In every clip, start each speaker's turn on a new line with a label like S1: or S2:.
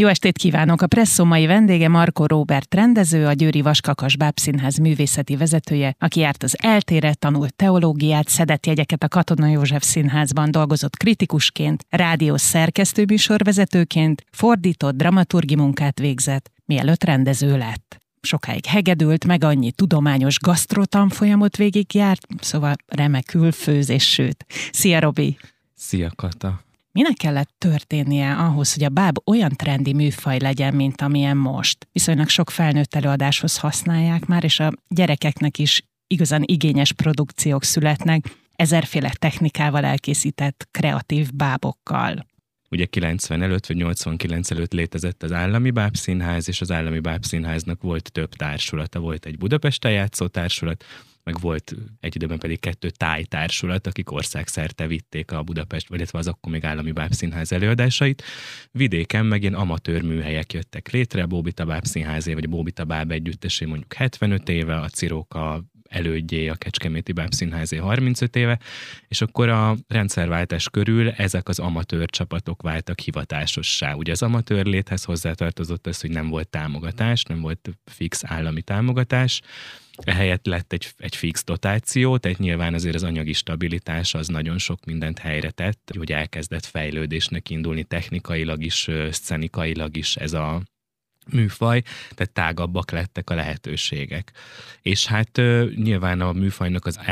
S1: Jó estét kívánok! A Presszó mai vendége Markó Róbert rendező, a Győri Vas-Kakas Bábszínház művészeti vezetője, aki járt az eltére, tanult teológiát, szedett jegyeket a Katona József Színházban, dolgozott kritikusként, rádiós szerkesztőműsorvezetőként, fordított, dramaturgi munkát végzett, mielőtt rendező lett. Sokáig hegedült, meg annyi tudományos gasztrotanfolyamot végigjárt, szóval remekül főz és süt. Szia, Robi!
S2: Szia, Kata!
S1: Minek kellett történnie ahhoz, hogy a báb olyan trendi műfaj legyen, mint amilyen most? Viszonylag sok felnőtt előadáshoz használják már, és a gyerekeknek is igazán igényes produkciók születnek, ezerféle technikával elkészített kreatív bábokkal.
S2: Ugye 90 előtt, vagy 89 előtt létezett az Állami Bábszínház, és az Állami Bábszínháznak volt több társulata. Volt egy Budapesten játszó társulat, meg volt egy időben pedig 2 tájtársulat, akik országszerte vitték a Budapest, illetve az akkor még Állami Bábszínház előadásait. Vidéken meg ilyen amatőr műhelyek jöttek létre, a Bóbita Bábszínházé, vagy a Bóbita Báb együttesé mondjuk 75 éve, a Ciróka elődjé, a Kecskeméti Bábszínházé 35 éve, és akkor a rendszerváltás körül ezek az amatőr csapatok váltak hivatásossá. Ugye az amatőr léthez hozzátartozott az, hogy nem volt támogatás, nem volt fix állami támogatás, ehelyett lett egy fix dotáció, tehát nyilván azért az anyagi stabilitás az nagyon sok mindent helyre tett, hogy elkezdett fejlődésnek indulni technikailag is, szcenikailag is ez a műfaj, tehát tágabbak lettek a lehetőségek. És hát nyilván a műfajnak az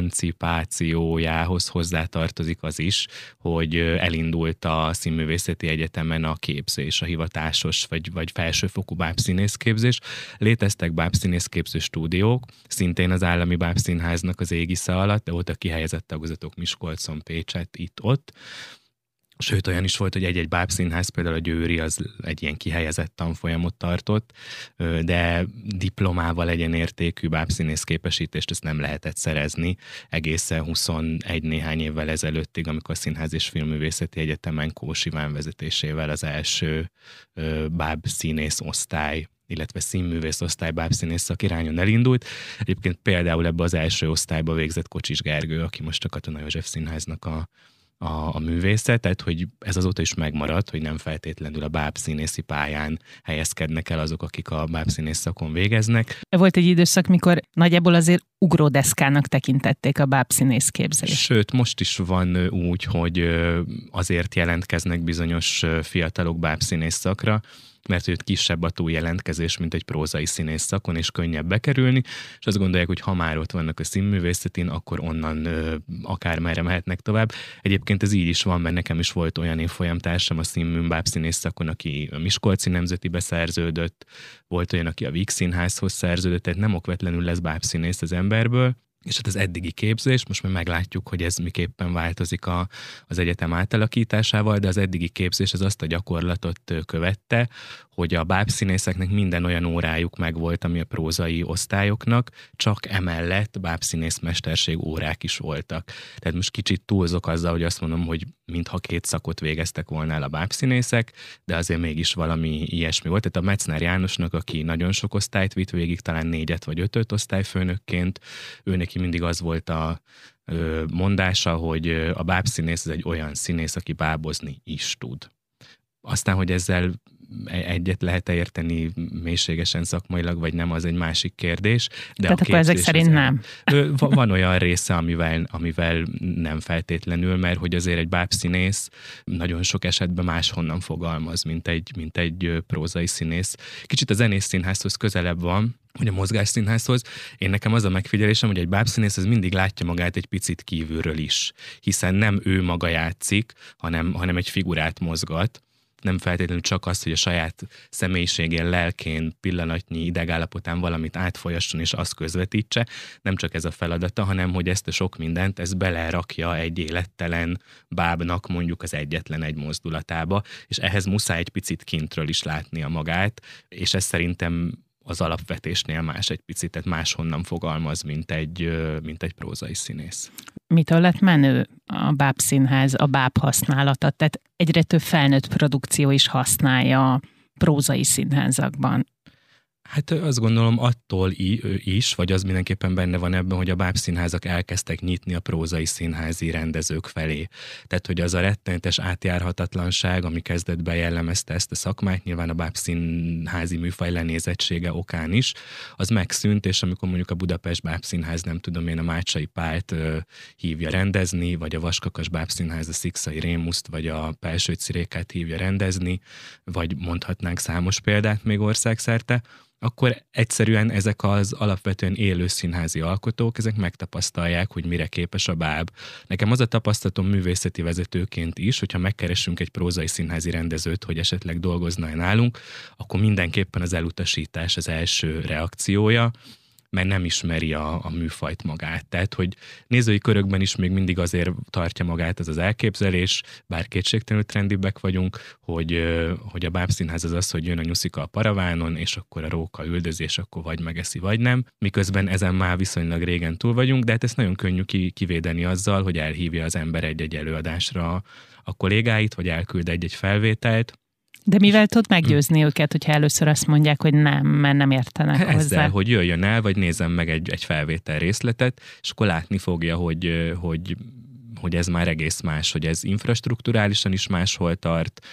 S2: emancipációjához hozzátartozik az is, hogy elindult a Színművészeti Egyetemen a képzés, a hivatásos vagy felsőfokú bábszínészképzés. Léteztek bábszínészképző stúdiók, szintén az Állami Bábszínháznak az égisze alatt, de voltak kihelyezett tagozatok Miskolcon, Pécsett, itt-ott. Sőt, olyan is volt, hogy egy-egy bábszínház, például a Győri, az egy ilyen kihelyezett tanfolyamot tartott, de diplomával egyenértékű bábszínész képesítést ezt nem lehetett szerezni egészen 21 néhány évvel ezelőttig, amikor a Színház és Filmművészeti Egyetemen Kós Iván vezetésével az első bábszínész osztály, illetve színművész osztály bábszínész szakirányon elindult. Egyébként például ebbe az első osztályba végzett Kocsis Gergő, aki most a Katona József Színháznak a művészet, tehát hogy ez azóta is megmaradt, hogy nem feltétlenül a bábszínészi pályán helyezkednek el azok, akik a bábszínész szakon végeznek.
S1: Volt egy időszak, mikor nagyjából azért ugródeszkának tekintették a bábszínész képzést.
S2: Sőt, most is van úgy, hogy azért jelentkeznek bizonyos fiatalok bábszínész szakra, mert őt kisebb a túljelentkezés, mint egy prózai színész szakon, és könnyebb bekerülni, és azt gondolják, hogy ha már ott vannak a színművészetén, akkor onnan akármerre mehetnek tovább. Egyébként ez így is van, mert nekem is volt olyan évfolyamtársam a bábszínész szakon, aki a Miskolci Nemzetibe szerződött, volt olyan, aki a Víg Színházhoz szerződött, tehát nem okvetlenül lesz bábszínész az emberből. És hát az eddigi képzés, most már meglátjuk, hogy ez miképpen változik az egyetem átalakításával, de az eddigi képzés az azt a gyakorlatot követte, hogy a bábszínészeknek minden olyan órájuk megvolt, ami a prózai osztályoknak, csak emellett bábszínész mesterség órák is voltak. Tehát most kicsit túlzok azzal, hogy azt mondom, hogy mintha 2 szakot végeztek volna el a bábszínészek, de azért mégis valami ilyesmi volt. Tehát a Metzner Jánosnak, aki nagyon sok osztályt vitt végig, talán 4 vagy 5 osztályfőnökként, ő neki mindig az volt a mondása, hogy a bábszínész az egy olyan színész, aki bábozni is tud. Aztán, hogy ezzel egyet lehet érteni mélységesen szakmailag, vagy nem, az egy másik kérdés. De
S1: tehát akkor ezek szerint nem.
S2: Van olyan része, amivel nem feltétlenül, mert hogy azért egy bábszínész nagyon sok esetben máshonnan fogalmaz, mint egy prózai színész. Kicsit a zenészszínházhoz közelebb van, hogy a mozgásszínházhoz. Én nekem az a megfigyelésem, hogy egy bábszínész az mindig látja magát egy picit kívülről is, hiszen nem ő maga játszik, hanem egy figurát mozgat. Nem feltétlenül csak az, hogy a saját személyiségén, lelkén, pillanatnyi idegállapotán valamit átfolyasson és azt közvetítse. Nem csak ez a feladata, hanem hogy ezt a sok mindent, ezt belerakja egy élettelen bábnak mondjuk az egyetlen egy mozdulatába, és ehhez muszáj egy picit kintről is látnia magát, és ez szerintem az alapvetésnél más egy picit, tehát máshonnan fogalmaz, mint egy prózai színész.
S1: Mitől lett menő a bábszínház, a báb használata? Tehát egyre több felnőtt produkció is használja prózai színházakban.
S2: Hát azt gondolom attól is, vagy az mindenképpen benne van ebben, hogy a bábszínházak elkezdtek nyitni a prózai színházi rendezők felé. Tehát, hogy az a rettenetes átjárhatatlanság, ami kezdetben jellemezte ezt a szakmát, nyilván a bábszínházi műfaj lenézettsége okán is, az megszűnt, és amikor mondjuk a Budapest Bábszínház, nem tudom én, a Mácsai Pált hívja rendezni, vagy a Vaskakas Bábszínház a Szikszai Rémuszt, vagy a Pelsőci Rékát hívja rendezni, vagy mondhatnánk számos példát még országszerte, akkor egyszerűen ezek az alapvetően élő színházi alkotók, ezek megtapasztalják, hogy mire képes a báb. Nekem az a tapasztalatom művészeti vezetőként is, hogyha megkeresünk egy prózai színházi rendezőt, hogy esetleg dolgozna nálunk, akkor mindenképpen az elutasítás az első reakciója, mert nem ismeri a műfajt magát. Tehát, hogy nézői körökben is még mindig azért tartja magát ez az elképzelés, bár kétségtelenül trendibbek vagyunk, hogy a bábszínház az, hogy jön a nyuszika a paravánon, és akkor a róka üldözi, és akkor vagy megeszi, vagy nem. Miközben ezen már viszonylag régen túl vagyunk, de hát ezt nagyon könnyű kivédeni azzal, hogy elhívja az ember egy-egy előadásra a kollégáit, vagy elküld egy-egy felvételt.
S1: De mivel tud meggyőzni őket, hogyha először azt mondják, hogy nem, mert nem értenek hozzá?
S2: Ezzel, hogy jöjjön el, vagy nézzem meg egy felvétel részletet, és akkor látni fogja, hogy ez már egész más, hogy ez infrastrukturálisan is máshol tart,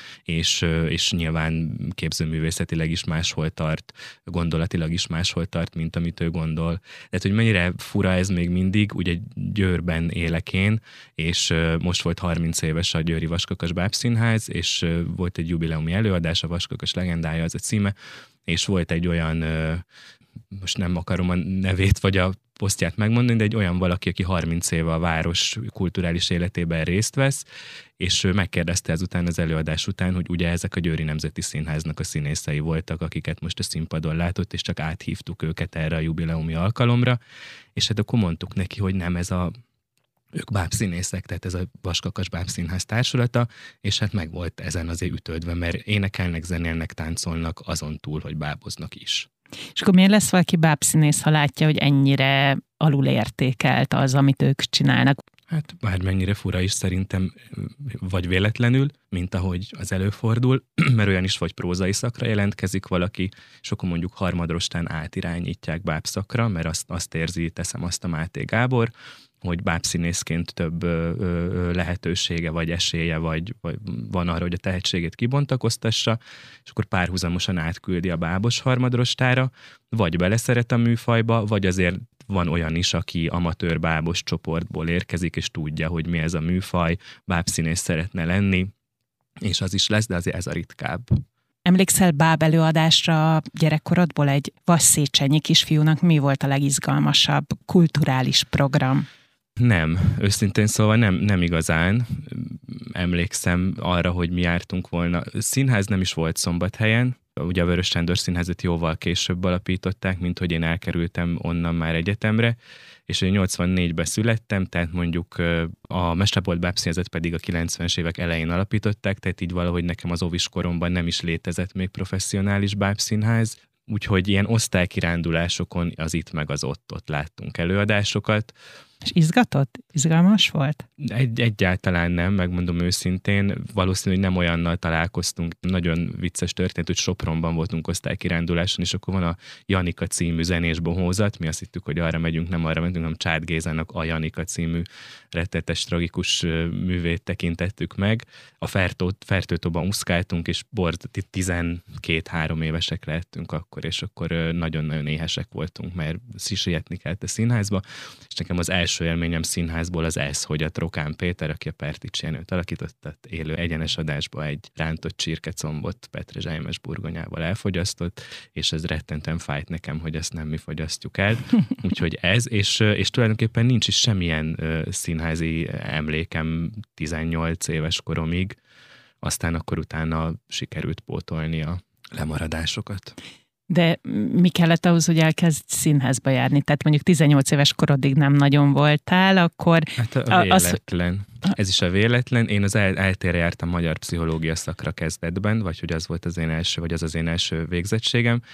S2: és nyilván képzőművészetileg is máshol tart, gondolatilag is máshol tart, mint amit ő gondol. Tehát, hogy mennyire fura ez még mindig, ugye Győrben élek én, és most volt 30 éves a Győri Vaskakas Bábszínház, és volt egy jubileumi előadás, a Vaskakas legendája az a címe, és volt egy olyan, most nem akarom a nevét vagy a posztját megmondani, de egy olyan valaki, aki 30 éve a város kulturális életében részt vesz, és megkérdezte ezután az előadás után, hogy ugye ezek a Győri Nemzeti Színháznak a színészei voltak, akiket most a színpadon látott, és csak áthívtuk őket erre a jubileumi alkalomra, és hát akkor mondtuk neki, hogy nem, ők bábszínészek, tehát ez a Vaskakas Bábszínház társulata, és hát meg volt ezen azért ütődve, mert énekelnek, zenélnek, táncolnak, azon túl, hogy báboznak is.
S1: És akkor miért lesz valaki bábszínész, ha látja, hogy ennyire alulértékelt az, amit ők csinálnak?
S2: Hát bármennyire fura is szerintem, vagy véletlenül, mint ahogy az előfordul, mert olyan is, vagy prózai szakra jelentkezik valaki, és akkor mondjuk harmadrostán átirányítják bábszakra, mert azt érzi, teszem azt a Máté Gábor, hogy bábszínészként több lehetősége, vagy esélye, vagy van arra, hogy a tehetségét kibontakoztassa, és akkor párhuzamosan átküldi a bábos harmadrostára, vagy beleszeret a műfajba, vagy azért van olyan is, aki amatőr bábos csoportból érkezik, és tudja, hogy mi ez a műfaj, bábszínész szeretne lenni, és az is lesz, de azért ez a ritkább.
S1: Emlékszel báb előadásra gyerekkorodból? Egy Vasszéchenyi kisfiúnak mi volt a legizgalmasabb kulturális program?
S2: Nem, őszintén szóval nem igazán emlékszem arra, hogy mi jártunk volna. Színház nem is volt Szombathelyen, ugye a Vörös Sándor Színházat jóval később alapították, mint hogy én elkerültem onnan már egyetemre, és én 84-ben születtem, tehát mondjuk a Mesterbolt Bábszínházat pedig a 90-es évek elején alapították, tehát így valahogy nekem az óvis koromban nem is létezett még professzionális bábszínház, úgyhogy ilyen osztálykirándulásokon az itt meg az ott láttunk előadásokat.
S1: És izgatott? Izgalmas volt?
S2: Egyáltalán nem, megmondom őszintén. Valószínű, hogy nem olyannal találkoztunk. Nagyon vicces történet, hogy Sopronban voltunk osztálykiránduláson, és akkor van a Janika című zenés bohózat. Mi azt hittük, hogy arra megyünk, nem arra mentünk, hanem Csád Gézának a Janika című rettetes, tragikus művét tekintettük meg. A Fertőtóban úszkáltunk, és 12-3 évesek lehettünk akkor, és akkor nagyon-nagyon éhesek voltunk, mert sietni kellett a színházba. És nekem az első élményem színházból az ez, hogy a Trokán Péter, aki a Pertics Jenőt alakította, élő egyenes adásba egy rántott csirkecombot petrezselymes burgonyával elfogyasztott, és ez rettentően fájt nekem, hogy ezt nem mi fogyasztjuk el. Úgyhogy ez, és tulajdonképpen nincs is semmilyen színházi emlékem 18 éves koromig, aztán akkor utána sikerült pótolni a lemaradásokat.
S1: De mi kellett ahhoz, hogy elkezd színházba járni? Tehát mondjuk 18 éves korodig nem nagyon voltál, akkor...
S2: Hát a véletlen. Ez is a véletlen. Én az eltére jártam magyar pszichológia szakra kezdetben, vagy hogy az volt az én első, vagy az én első végzettségem,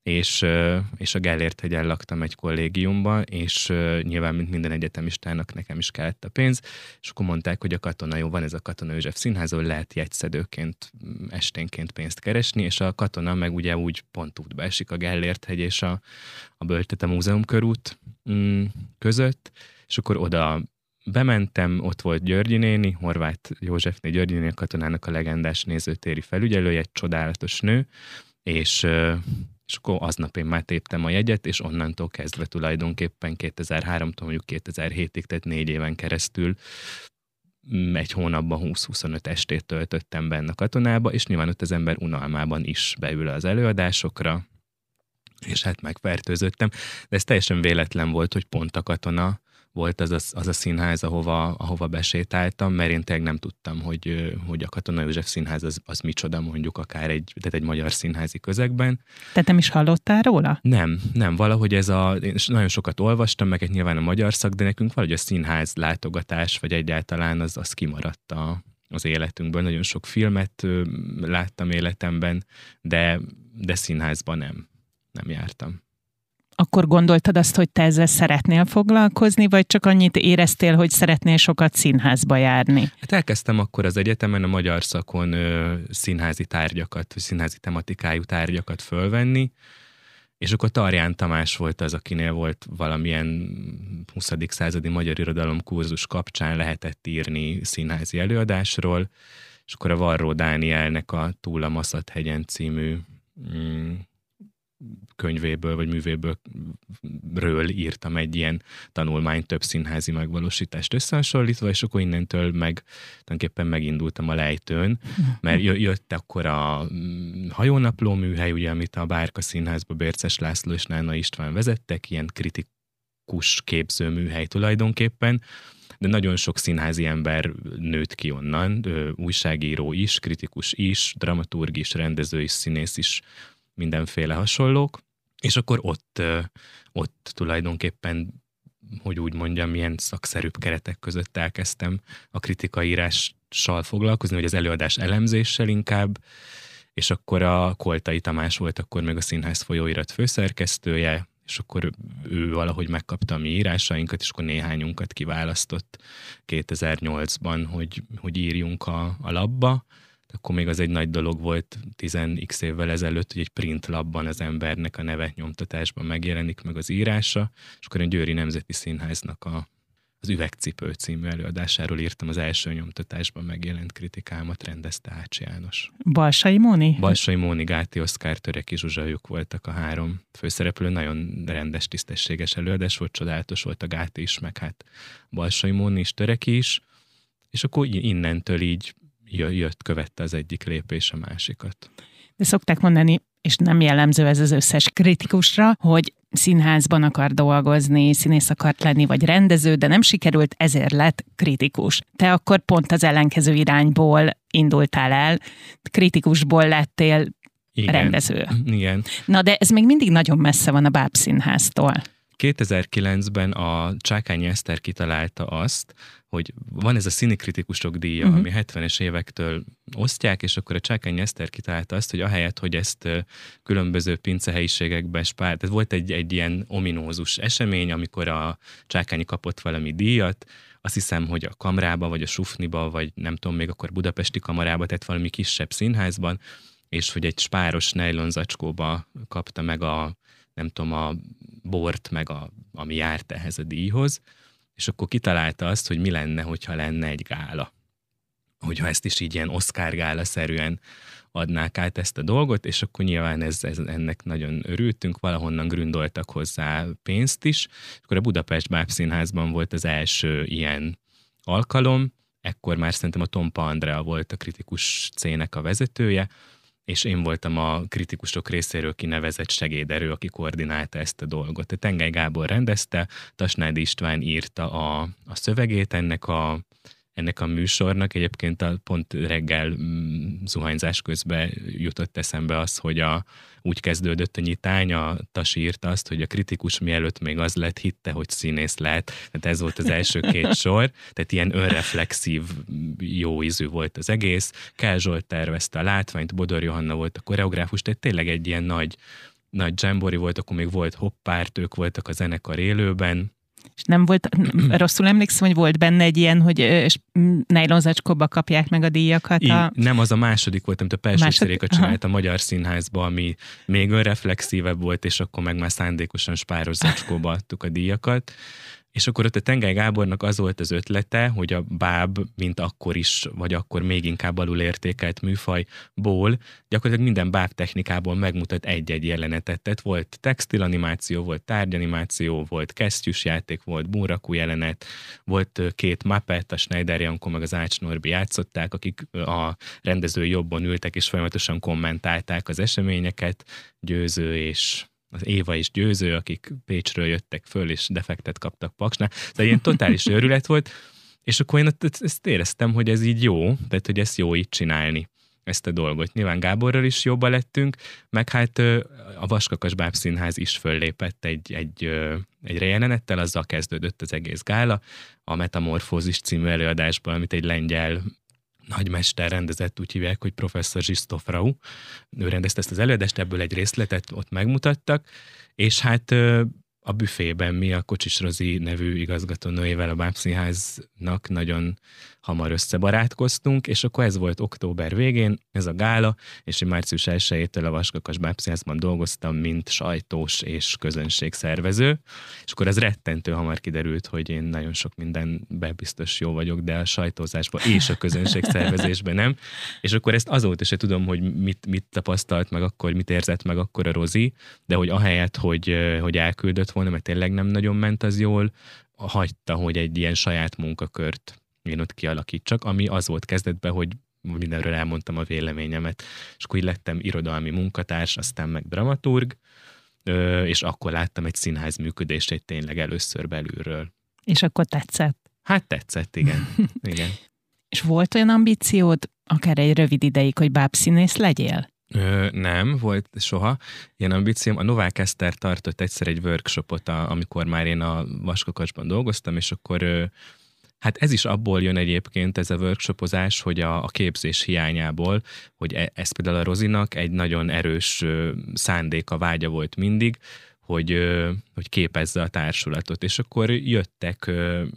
S2: és a Gellért-hegyen laktam egy kollégiumban, és nyilván, mint minden egyetemistának nekem is kellett a pénz, és akkor mondták, hogy a Katona, jó, van ez a Katona József Színház, ahol lehet jegyszedőként, esténként pénzt keresni, és a Katona meg ugye úgy pont útba esik a Gellért-hegy és a Bölcsete Múzeum körút között, és akkor oda bementem, ott volt Györgyi néni, Horváth Józsefné Györgyi néni, a Katonának a legendás nézőtéri felügyelője, egy csodálatos nő, és akkor aznap én már téptem a jegyet, és onnantól kezdve tulajdonképpen 2003-tól mondjuk 2007-ig, tehát 4 éven keresztül egy hónapban 20-25 estét töltöttem benne a Katonába, és nyilván ott az ember unalmában is beül az előadásokra, és hát megfertőzöttem, de ez teljesen véletlen volt, hogy pont a Katona volt az a színház, ahova besétáltam, mert én tényleg nem tudtam, hogy a Katona József Színház az micsoda, mondjuk akár egy magyar színházi közegben.
S1: Tehát nem is hallottál róla?
S2: Nem, valahogy én nagyon sokat olvastam, meg nyilván a magyar szak, de nekünk valahogy a színház látogatás, vagy egyáltalán az kimaradt az életünkből. Nagyon sok filmet láttam életemben, de színházban nem jártam.
S1: Akkor gondoltad azt, hogy te ezzel szeretnél foglalkozni, vagy csak annyit éreztél, hogy szeretnél sokat színházba járni?
S2: Hát elkezdtem akkor az egyetemen a magyar szakon színházi tárgyakat, vagy színházi tematikájú tárgyakat fölvenni, és akkor Tarján Tamás volt az, akinél volt valamilyen 20. századi magyar irodalom kurzus kapcsán lehetett írni színházi előadásról, és akkor a Varró Dánielnek a Túl a Maszat-hegyen című könyvéből, vagy művéből írtam egy ilyen tanulmányt, több színházi megvalósítást összehasonlítva, és akkor innentől tulajdonképpen megindultam a lejtőn, mert jött akkor a Hajónapló műhely, ugye, amit a Bárka Színházba Bérces László és Nána István vezettek, ilyen kritikus képző műhely tulajdonképpen, de nagyon sok színházi ember nőtt ki onnan, újságíró is, kritikus is, dramaturg is, rendező is, színész is, mindenféle hasonlók, és akkor ott tulajdonképpen, hogy úgy mondjam, ilyen szakszerűbb keretek között elkezdtem a kritikaírással foglalkozni, vagy az előadás elemzéssel inkább, és akkor a Koltai Tamás volt akkor még a Színház folyóirat főszerkesztője, és akkor ő valahogy megkapta a mi írásainkat, és akkor néhányunkat kiválasztott 2008-ban, hogy írjunk a labba. Akkor még az egy nagy dolog volt 10x évvel ezelőtt, hogy egy print labban az embernek a neve nyomtatásban megjelenik meg az írása, és akkor a Győri Nemzeti Színháznak az Üvegcipő című előadásáról írtam az első nyomtatásban megjelent kritikámat, rendezte Ács János.
S1: Balsai Móni?
S2: Balsai Móni, Gáti Oszkár, Töreki Zsuzsajuk voltak a 3 főszereplő, nagyon rendes, tisztességes előadás volt, csodálatos volt a Gáti is, meg hát Balsai Móni is, Töreki is, és akkor innentől így követte az egyik lépés a másikat.
S1: De szokták mondani, és nem jellemző ez az összes kritikusra, hogy színházban akar dolgozni, színész akart lenni, vagy rendező, de nem sikerült, ezért lett kritikus. Te akkor pont az ellenkező irányból indultál el, kritikusból lettél rendező.
S2: Igen.
S1: Na de ez még mindig nagyon messze van a Bábszínháztól.
S2: 2009-ben a Csákányi Eszter kitalálta azt, hogy van ez a színikritikusok díja, ami 70-es évektől osztják, és akkor a Csákányi Eszter kitalálta azt, hogy ahelyett, hogy ezt különböző pincehelyiségekben tehát volt egy ilyen ominózus esemény, amikor a Csákányi kapott valami díjat, azt hiszem, hogy a Kamrába, vagy a Sufniba, vagy nem tudom, még akkor Budapesti Kamarába, tehát valami kisebb színházban, és hogy egy spáros nejlonzacskóba kapta meg a bort, meg ami járt ehhez a díjhoz, és akkor kitalálta azt, hogy mi lenne, hogyha lenne egy gála. Hogyha ezt is így ilyen Oscar gála-szerűen adnák át ezt a dolgot, és akkor nyilván ennek nagyon örültünk, valahonnan gründoltak hozzá pénzt is, és akkor a Budapest Bábszínházban volt az első ilyen alkalom, ekkor már szerintem a Tompa Andrea volt a kritikus C-nek a vezetője, és én voltam a kritikusok részéről kinevezett segéderő, aki koordinálta ezt a dolgot. Tehát Tengely Gábor rendezte, Tasnádi István írta a szövegét ennek a műsornak. Egyébként pont reggel zuhanyzás közben jutott eszembe az, hogy úgy kezdődött a nyitány, a Tasi írta azt, hogy a kritikus mielőtt még az lett, hitte, hogy színész lehet. Tehát ez volt az első 2 sor, tehát ilyen önreflexív, jó ízű volt az egész. Kál Zsolt tervezte a látványt, Bodor Johanna volt a koreográfus, tehát tényleg egy ilyen nagy dzsambori volt, akkor még volt hoppárt, ők voltak a zenekar élőben.
S1: És nem volt, rosszul emlékszem, hogy volt benne egy ilyen, hogy nejlonzacskóba kapják meg a díjakat?
S2: Nem, az a második volt, amit a Pelső Széréka csinált a Magyar Színházba, ami még önreflexívebb volt, és akkor meg már szándékosan spáros zacskóba adtuk a díjakat. És akkor ott a Tengely Gábornak az volt az ötlete, hogy a báb, mint akkor is, vagy akkor még inkább alul értékelt műfajból, gyakorlatilag minden báb technikából megmutat egy-egy jelenetet. Tehát volt textilanimáció, volt tárgyanimáció, volt kesztyűsjáték, volt búrakú jelenet, volt 2 Muppet, a Schneider Jankó meg az Ács Norbi játszották, akik a rendező jobbon ültek és folyamatosan kommentálták az eseményeket, Győző és az Éva és Győző, akik Pécsről jöttek föl, és defektet kaptak Paksnál. Szóval ilyen totális őrület volt, és akkor én ezt éreztem, hogy ez így jó, tehát hogy ezt jó így csinálni, ezt a dolgot. Nyilván Gáborral is jobban lettünk, meg hát a Vaskakas Bábszínház is föllépett egy jelenettel, azzal kezdődött az egész gála, a Metamorfózis című előadásban, amit egy lengyel nagymester rendezett, úgy hívják, hogy professzor Zsisztof Rau. Ő rendezte ezt az előadást, ebből egy részletet ott megmutattak, és hát a büfében mi a Kocsis Rozi nevű igazgatónőjével a Bábszínháznak nagyon hamar összebarátkoztunk, és akkor ez volt október végén, ez a gála, és én március 1-től a Vaskakas Bábszínházban dolgoztam, mint sajtós és közönségszervező, és akkor az rettentő hamar kiderült, hogy én nagyon sok mindenben biztos jó vagyok, de a sajtózásban és a közönségszervezésben nem, és akkor ezt azóta se tudom, hogy mit tapasztalt meg akkor, mit érzett meg akkor a Rozi, de hogy ahelyett, hogy elküldött volna, mert tényleg nem nagyon ment az jól, hagyta, hogy egy ilyen saját munkakört én ott kialakítsak, ami az volt kezdetben, hogy mindenről elmondtam a véleményemet, és akkor így lettem irodalmi munkatárs, aztán meg dramaturg, és akkor láttam egy színház működését tényleg először belülről.
S1: És akkor tetszett?
S2: Hát tetszett, igen. Igen.
S1: És volt olyan ambíciód, akár egy rövid ideig, hogy bábszínész legyél?
S2: Nem, volt soha ilyen ambícióm. A Novák Eszter tartott egyszer egy workshopot, amikor már én a Vaskakasban dolgoztam, és akkor hát ez is abból jön egyébként ez a workshopozás, hogy a képzés hiányából, hogy ez például a Rozinak egy nagyon erős szándéka, vágya volt mindig, hogy képezze a társulatot. És akkor jöttek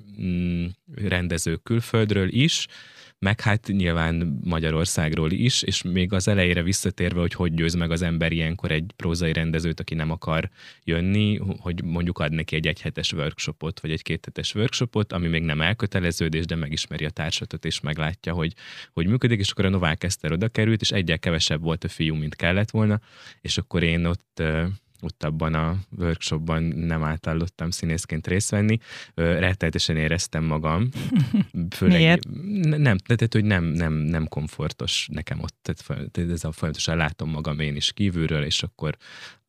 S2: rendezők külföldről is, meg hát nyilván Magyarországról is, és még az elejére visszatérve, hogy győz meg az ember ilyenkor egy prózai rendezőt, aki nem akar jönni, hogy mondjuk ad neki egy hetes workshopot, vagy egy 2 hetes workshopot, ami még nem elköteleződés, de megismeri a társatot, és meglátja, hogy működik, és akkor a Novák Eszter oda került, és egyel kevesebb volt a fiú, mint kellett volna, és akkor én ott abban a workshopban nem átállottam színészként részt venni. Rettenetesen éreztem magam. Főleg,
S1: miért?
S2: Nem, tehát hogy nem komfortos nekem ott. Tehát ez a folyamatosan látom magam én is kívülről, és akkor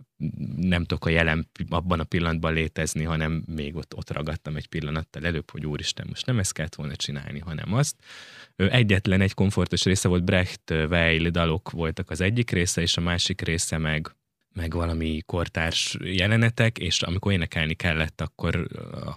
S2: nem tudok abban a pillanatban létezni, hanem még ott ragadtam egy pillanattal előbb, hogy úristen, most nem ezt kellett volna csinálni, hanem azt. Egyetlen egy komfortos része volt, Brecht, Weil dalok voltak az egyik része, és a másik része meg valami kortárs jelenetek, és amikor énekelni kellett, akkor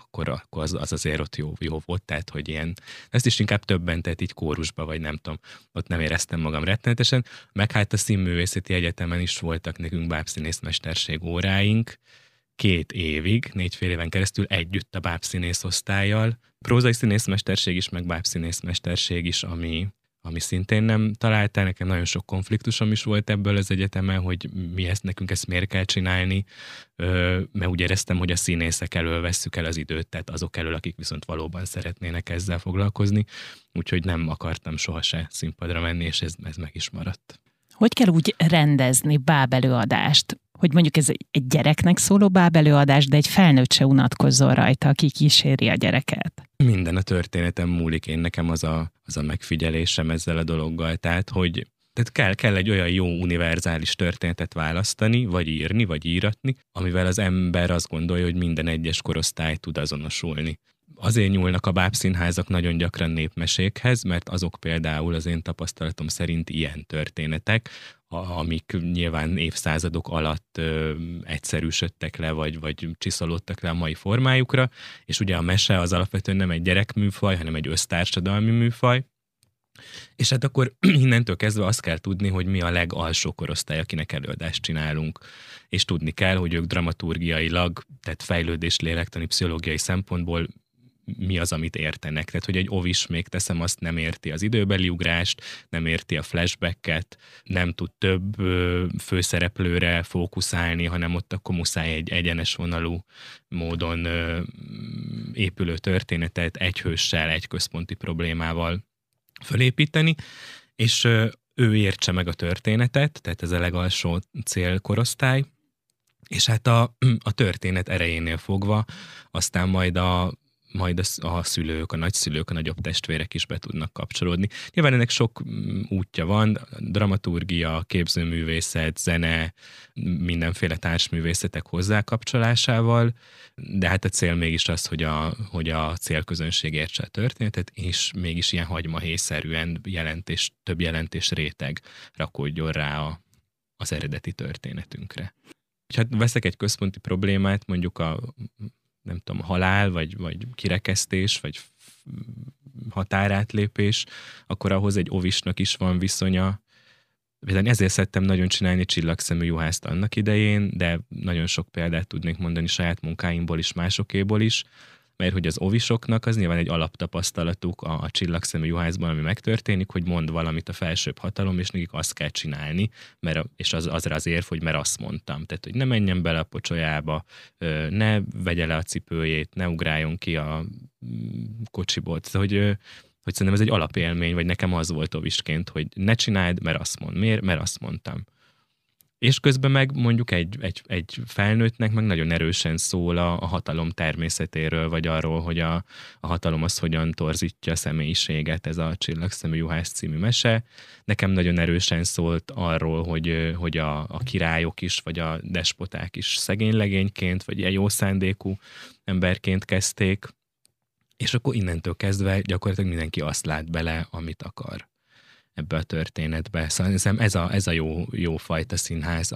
S2: az azért ott jó volt, tehát hogy ilyen, ezt is inkább többen, tehát így kórusba, vagy nem tudom, ott nem éreztem magam rettenetesen, meg hát a Színművészeti Egyetemen is voltak nekünk bábszínészmesterség óráink, 2 évig, 4 fél éven keresztül együtt a bábszínész osztállyal, prózai színészmesterség is, meg bábszínészmesterség is, ami szintén nem találtál, nekem nagyon sok konfliktusom is volt ebből az egyetemen, hogy nekünk ezt miért kell csinálni, mert úgy éreztem, hogy a színészek elől vesszük el az időt, tehát azok elől, akik viszont valóban szeretnének ezzel foglalkozni, úgyhogy nem akartam sohasem színpadra menni, és ez meg is maradt.
S1: Hogy kell úgy rendezni bábelőadást, hogy mondjuk ez egy gyereknek szóló bábelőadás, de egy felnőtt se unatkozzon rajta, aki kíséri a gyereket?
S2: Minden a történetem múlik, én nekem az a megfigyelésem ezzel a dologgal, tehát kell egy olyan jó univerzális történetet választani, vagy írni, vagy íratni, amivel az ember azt gondolja, hogy minden egyes korosztály tud azonosulni. Azért nyúlnak a bábszínházak nagyon gyakran népmesékhez, mert azok például az én tapasztalatom szerint ilyen történetek, amik nyilván évszázadok alatt egyszerűsödtek le, vagy csiszolódtak le a mai formájukra, és ugye a mese az alapvetően nem egy gyerekműfaj, hanem egy össztársadalmi műfaj, És hát akkor innentől kezdve azt kell tudni, hogy mi a legalsó korosztály, akinek előadást csinálunk. És tudni kell, hogy ők dramaturgiailag, tehát fejlődés lélektani, pszichológiai szempontból mi az, amit értenek. Tehát, hogy egy ovis, még teszem azt, nem érti az időbeli ugrást, nem érti a flashbacket, nem tud több főszereplőre fókuszálni, hanem ott akkor muszáj egy egyenes vonalú módon épülő történetet egy hőssel, egy központi problémával fölépíteni, és ő értse meg a történetet, tehát ez a legalsó célkorosztály, és hát a történet erejénél fogva aztán majd a szülők, a nagyszülők, a nagyobb testvérek is be tudnak kapcsolódni. Nyilván ennek sok útja van, dramaturgia, képzőművészet, zene, mindenféle társművészetek hozzákapcsolásával, de hát a cél mégis az, hogy a célközönség értse a történetet, és mégis ilyen hagymahéjszerűen több jelentés réteg rakódjon rá az eredeti történetünkre. Ha veszek egy központi problémát, mondjuk a halál, vagy kirekesztés, vagy határátlépés, akkor ahhoz egy ovisnak is van viszonya. Ezért szerettem nagyon csinálni Csillagszemű juhászt annak idején, de nagyon sok példát tudnék mondani saját munkáimból is, másokéból is, mert hogy az ovisoknak az nyilván egy alaptapasztalatuk a Csillagszemű juhászban, ami megtörténik, hogy mond valamit a felsőbb hatalom, és nekik azt kell csinálni, és azra az érv, hogy mert azt mondtam. Tehát, hogy ne menjen bele a pocsolyába, ne vegye le a cipőjét, ne ugráljon ki a kocsiból. Tehát, hogy szerintem ez egy alapélmény, vagy nekem az volt ovisként, hogy ne csináld, mert azt mond. Miért? Mert azt mondtam. És közben meg mondjuk egy felnőttnek meg nagyon erősen szól a hatalom természetéről, vagy arról, hogy a hatalom az hogyan torzítja a személyiséget, ez a Csillagszemű juhász című mese. Nekem nagyon erősen szólt arról, hogy a királyok is, vagy a despoták is szegény legényként, vagy ilyen jó szándékú emberként kezdték, és akkor innentől kezdve gyakorlatilag mindenki azt lát bele, amit akar ebbe a történetbe. Szóval ez a jó fajta színház,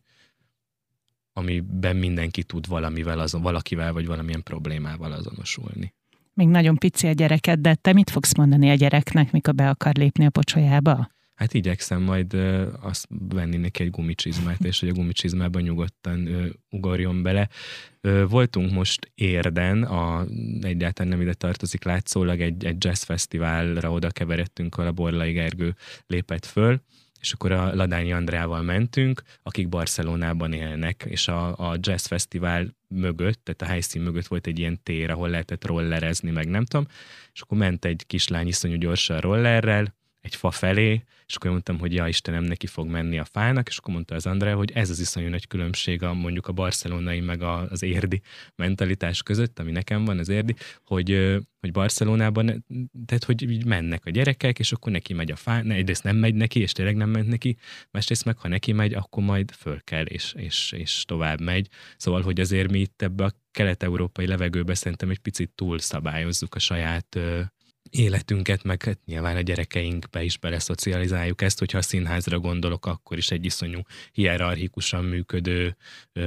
S2: amiben mindenki tud valakivel vagy valamilyen problémával azonosulni.
S1: Még nagyon pici a gyereket, de te mit fogsz mondani a gyereknek, mikor be akar lépni a pocsolyába?
S2: Hát igyekszem majd azt venni neki egy gumicsizmát, és hogy a gumicsizmában nyugodtan ugorjon bele. Voltunk most Érden, egyáltalán nem ide tartozik látszólag, egy jazzfesztiválra oda keveredtünk, ahol a Borlai Gergő lépett föl, és akkor a Ladányi Andrával mentünk, akik Barcelonában élnek, és a jazzfesztivál mögött, tehát a helyszín mögött volt egy ilyen tér, ahol lehetett rollerezni, meg nem tudom, és akkor ment egy kislány iszonyú gyorsan rollerrel, egy fa felé, és akkor mondtam, hogy ja Istenem, neki fog menni a fának, és akkor mondta az Andrea, hogy ez az iszonyú nagy különbség mondjuk a barcelonai meg az érdi mentalitás között, ami nekem van, az érdi, hogy Barcelonában, tehát hogy így mennek a gyerekek, és akkor neki megy a fá, egyrészt nem megy neki, és tényleg nem ment neki, másrészt meg ha neki megy, akkor majd föl kell, és tovább megy. Szóval, hogy azért mi itt ebbe a kelet-európai levegőbe szerintem egy picit túl szabályozzuk a saját életünket, meg hát nyilván a gyerekeinkbe is beleszocializáljuk ezt, hogyha a színházra gondolok, akkor is egy iszonyú hierarchikusan működő,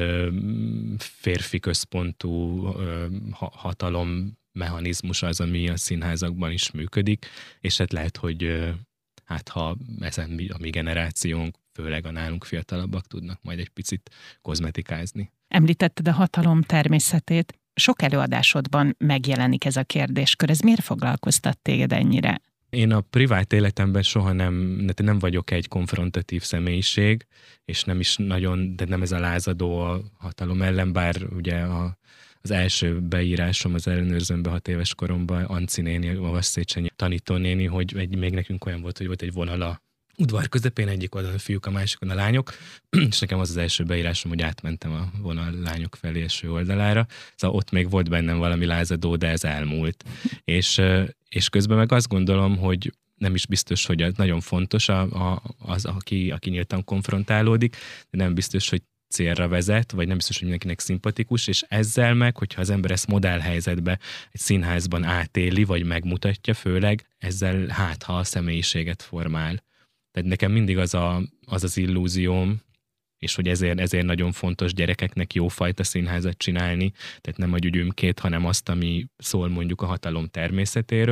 S2: férfi központú hatalom mechanizmus az, ami a színházakban is működik, és hát lehet, hogy hát ha ezen a mi generációnk, főleg a nálunk fiatalabbak tudnak majd egy picit kozmetikázni.
S1: Említetted a hatalom természetét. Sok előadásodban megjelenik ez a kérdéskör. Ez miért foglalkoztat téged ennyire?
S2: Én a privát életemben soha nem vagyok egy konfrontatív személyiség, és nem is nagyon, de nem ez a lázadó a hatalom ellen, bár ugye az első beírásom az ellenőrzőmbe 6 éves koromban Anci néni, a Vasszéchenyi tanítónéni, hogy még nekünk olyan volt, hogy volt egy vonal a udvar közepén, egyik oldalon a fiúk, a másikon a lányok, és nekem az első beírásom, hogy átmentem a vonal lányok felé eső oldalára. Szóval ott még volt bennem valami lázadó, de ez elmúlt. És közben meg azt gondolom, hogy nem is biztos, hogy az nagyon fontos az, aki nyíltan konfrontálódik, de nem biztos, hogy célra vezet, vagy nem biztos, hogy mindenkinek szimpatikus, és ezzel meg, hogyha az ember ezt modellhelyzetbe egy színházban átéli, vagy megmutatja főleg, ezzel ha a személyiséget formál. Tehát nekem mindig az illúzióm, és hogy ezért nagyon fontos gyerekeknek jófajta színházat csinálni, tehát nem a gyügyümkét, hanem azt, ami szól mondjuk a hatalom természetéről,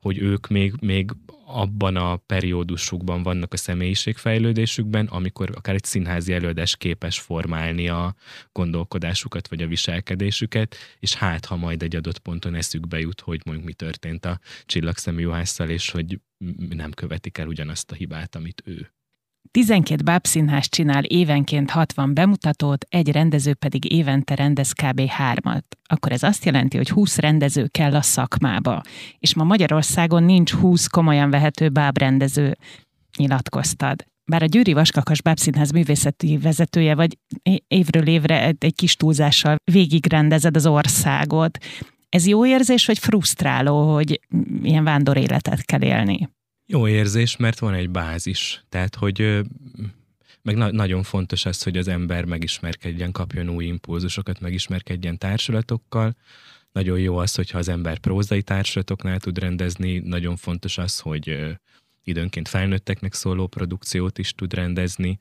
S2: hogy ők még abban a periódusukban vannak a személyiségfejlődésükben, amikor akár egy színházi előadás képes formálni a gondolkodásukat, vagy a viselkedésüket, és hát, ha majd egy adott ponton eszükbe jut, hogy mondjuk mi történt a Csillagszemű Juhásszal, és hogy nem követik el ugyanazt a hibát, amit ő.
S1: 12 bábszínház csinál évenként 60 bemutatót, egy rendező pedig évente rendez kb. 3-at. Akkor ez azt jelenti, hogy 20 rendező kell a szakmába. És ma Magyarországon nincs 20 komolyan vehető bábrendező, nyilatkoztad. Bár a Győri Vaskakas Bábszínház művészeti vezetője vagy, évről évre egy kis túlzással végigrendezed az országot. Ez jó érzés, vagy frusztráló, hogy ilyen vándoréletet kell élni?
S2: Jó érzés, mert van egy bázis. Tehát, hogy meg nagyon fontos az, hogy az ember megismerkedjen, kapjon új impulzusokat, megismerkedjen társulatokkal. Nagyon jó az, hogyha az ember prózai társulatoknál tud rendezni. Nagyon fontos az, hogy időnként felnőtteknek szóló produkciót is tud rendezni.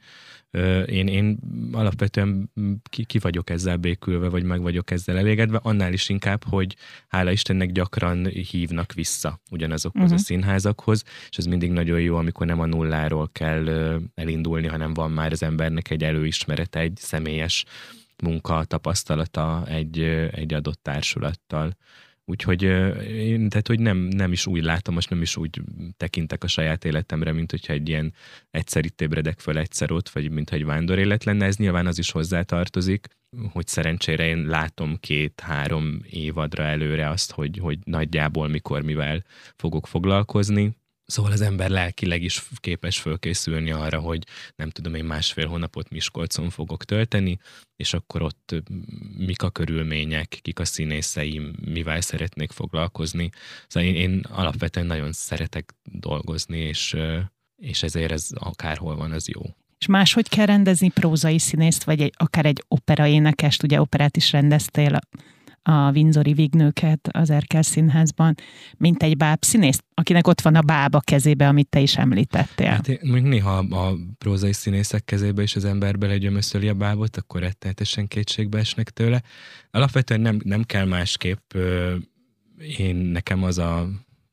S2: Én alapvetően ki vagyok ezzel békülve, vagy meg vagyok ezzel elégedve, annál is inkább, hogy hála Istennek gyakran hívnak vissza ugyanazokhoz a színházakhoz, és ez mindig nagyon jó, amikor nem a nulláról kell elindulni, hanem van már az embernek egy előismerete, egy személyes munka, tapasztalata egy adott társulattal. Úgyhogy én tehát, hogy nem is úgy látom, most nem is úgy tekintek a saját életemre, mint hogyha egy ilyen egyszer itt ébredek föl, egyszer ott, vagy mintha egy vándorélet lenne. Ez nyilván az is hozzátartozik, hogy szerencsére én látom 2-3 évadra előre azt, hogy nagyjából mikor mivel fogok foglalkozni. Szóval az ember lelkileg is képes fölkészülni arra, hogy nem tudom, én 1,5 hónapot Miskolcon fogok tölteni, és akkor ott mik a körülmények, kik a színészeim, mivel szeretnék foglalkozni. Szóval én alapvetően nagyon szeretek dolgozni, és ezért ez akárhol van, az jó.
S1: És máshogy kell rendezni prózai színészt, vagy akár egy operaénekest, ugye operát is rendeztél, a Windsori Vignőket az Erkel Színházban, mint egy bábszínész, akinek ott van a báb a kezébe, amit te is említettél.
S2: Hát még néha a prózai színészek kezébe is az ember belegyömöszöli a bábot, akkor rettenetesen kétségbe esnek tőle. Alapvetően nem kell másképp. Nekem az a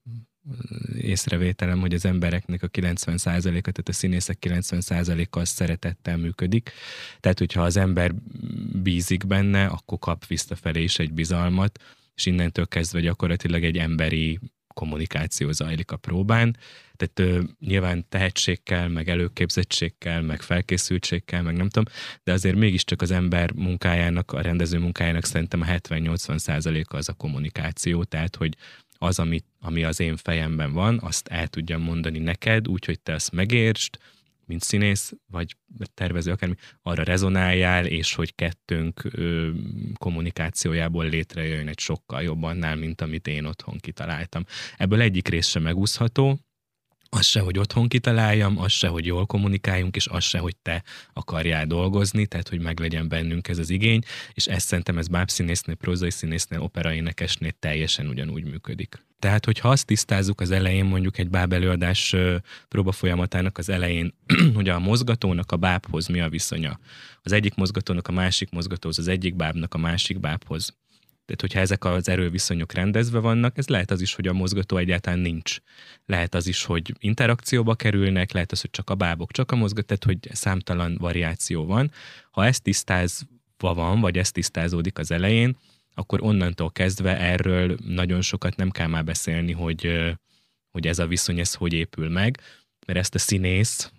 S2: észrevételem, hogy az embereknek a 90%-a, tehát a színészek 90%-a az szeretettel működik. Tehát, hogyha az ember bízik benne, akkor kap visszafelé is egy bizalmat, és innentől kezdve gyakorlatilag egy emberi kommunikáció zajlik a próbán. Tehát nyilván tehetség kell, meg előképzettség kell, meg felkészültség kell, meg nem tudom, de azért mégiscsak az ember munkájának, a rendező munkájának szerintem a 70-80%-a az a kommunikáció, tehát, hogy az, ami az én fejemben van, azt el tudjam mondani neked, úgyhogy te azt megértsd, mint színész, vagy tervező, akármi, arra rezonáljál, és hogy kettőnk kommunikációjából létrejöjjön egy sokkal jobb annál, mint amit én otthon kitaláltam. Ebből egyik rész sem megúszható, az se, hogy otthon kitaláljam, az se, hogy jól kommunikáljunk, és az se, hogy te akarjál dolgozni, tehát, hogy meglegyen bennünk ez az igény, és ezt szerintem ez bábszínésznél, prózai színésznél, operaénekesnél teljesen ugyanúgy működik. Tehát, hogyha azt tisztázzuk az elején, mondjuk egy báb előadás próbafolyamatának az elején, hogy a mozgatónak a bábhoz mi a viszonya. Az egyik mozgatónak a másik mozgatóhoz, az egyik bábnak a másik bábhoz. Tehát, hogyha ezek az erőviszonyok rendezve vannak, ez lehet az is, hogy a mozgató egyáltalán nincs. Lehet az is, hogy interakcióba kerülnek, lehet az, hogy csak a bábok, csak a mozgató, tehát, hogy számtalan variáció van. Ha ez tisztázva van, vagy ez tisztázódik az elején, akkor onnantól kezdve erről nagyon sokat nem kell már beszélni, hogy ez a viszony, ez hogy épül meg, mert ezt a színész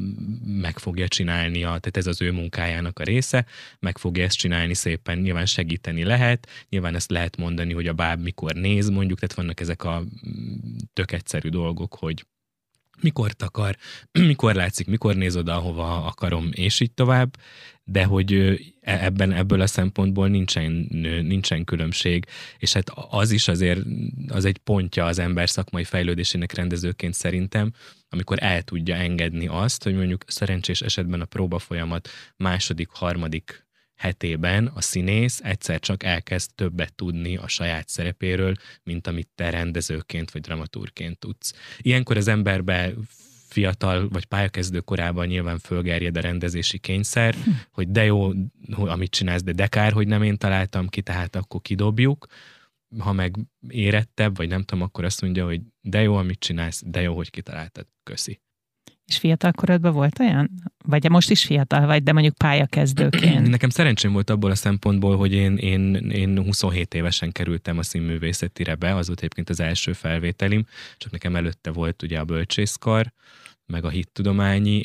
S2: meg fogja csinálni, tehát ez az ő munkájának a része, meg fogja ezt csinálni szépen, nyilván segíteni lehet, nyilván ezt lehet mondani, hogy a báb mikor néz, mondjuk, tehát vannak ezek a tök egyszerű dolgok, hogy mikor takar, mikor látszik, mikor néz oda, ahova akarom, és így tovább, de hogy ebből a szempontból nincsen különbség, és hát az is azért, az egy pontja az ember szakmai fejlődésének rendezőként szerintem, amikor el tudja engedni azt, hogy mondjuk szerencsés esetben a próbafolyamat második, harmadik hetében a színész egyszer csak elkezd többet tudni a saját szerepéről, mint amit te rendezőként vagy dramaturgként tudsz. Ilyenkor az emberbe fiatal vagy pályakezdő korában nyilván fölgerjed a rendezési kényszer, hogy de jó, amit csinálsz, de kár, hogy nem én találtam ki, tehát akkor kidobjuk. ha meg érettebb, vagy nem tudom, akkor azt mondja, hogy de jó, amit csinálsz, de jó, hogy kitaláltad, köszi.
S1: És fiatal korodban volt olyan? Vagy most is fiatal vagy, de mondjuk pályakezdőként?
S2: Nekem szerencsém volt abból a szempontból, hogy én 27 évesen kerültem a színművészetire be, az volt egyébként az első felvételim, csak nekem előtte volt ugye a bölcsészkar, meg a hittudományi,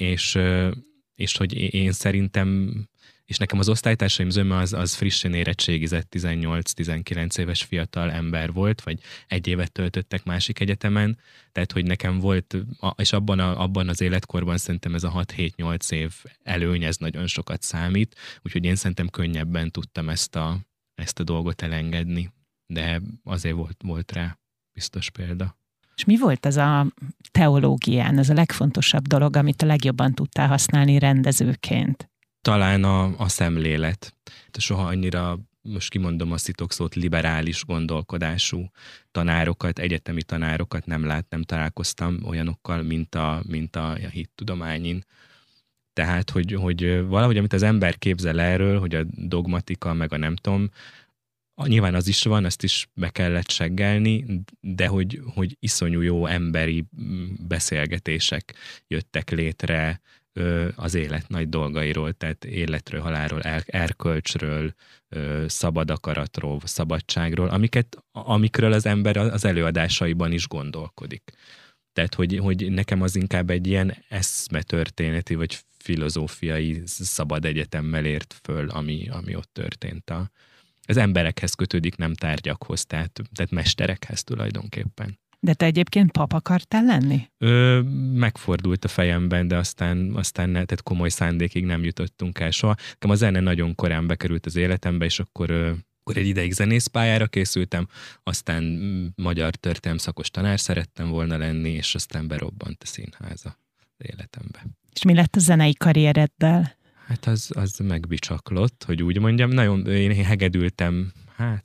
S2: és hogy én szerintem, és nekem az osztálytársaim zöme az frissen érettségizett 18-19 éves fiatal ember volt, vagy egy évet töltöttek másik egyetemen, tehát hogy nekem volt, és abban az életkorban szerintem ez a 6-7-8 év előny, ez nagyon sokat számít, úgyhogy én szerintem könnyebben tudtam ezt a dolgot elengedni, de azért volt rá biztos példa.
S1: És mi volt ez a teológián, ez a legfontosabb dolog, amit a legjobban tudtál használni rendezőként?
S2: Talán a szemlélet. Soha annyira, most kimondom a szitokszót, liberális gondolkodású tanárokat, egyetemi tanárokat nem találkoztam olyanokkal, mint a hittudományin. Tehát, hogy valahogy, amit az ember képzel erről, hogy a dogmatika, meg a nem tudom, nyilván az is van, azt is be kellett seggelni, de hogy iszonyú jó emberi beszélgetések jöttek létre az élet nagy dolgairól, tehát életről, halálról, erkölcsről, szabad akaratról, szabadságról, amikről az ember az előadásaiban is gondolkodik. Tehát, hogy nekem az inkább egy ilyen eszmetörténeti, vagy filozófiai szabad egyetemmel ért föl, ami ott történt. Az emberekhez kötődik, nem tárgyakhoz, tehát mesterekhez tulajdonképpen.
S1: De te egyébként pap akartál lenni?
S2: Megfordult a fejemben, de aztán tehát komoly szándékig nem jutottunk el soha. Nekem a zene nagyon korán bekerült az életembe, és akkor egy ideig zenészpályára készültem, aztán magyar történelem szakos tanár szerettem volna lenni, és aztán berobbant a színház az életembe.
S1: És mi lett a zenei karriereddel?
S2: Hát az megbicsaklott, hogy úgy mondjam. Én hegedültem,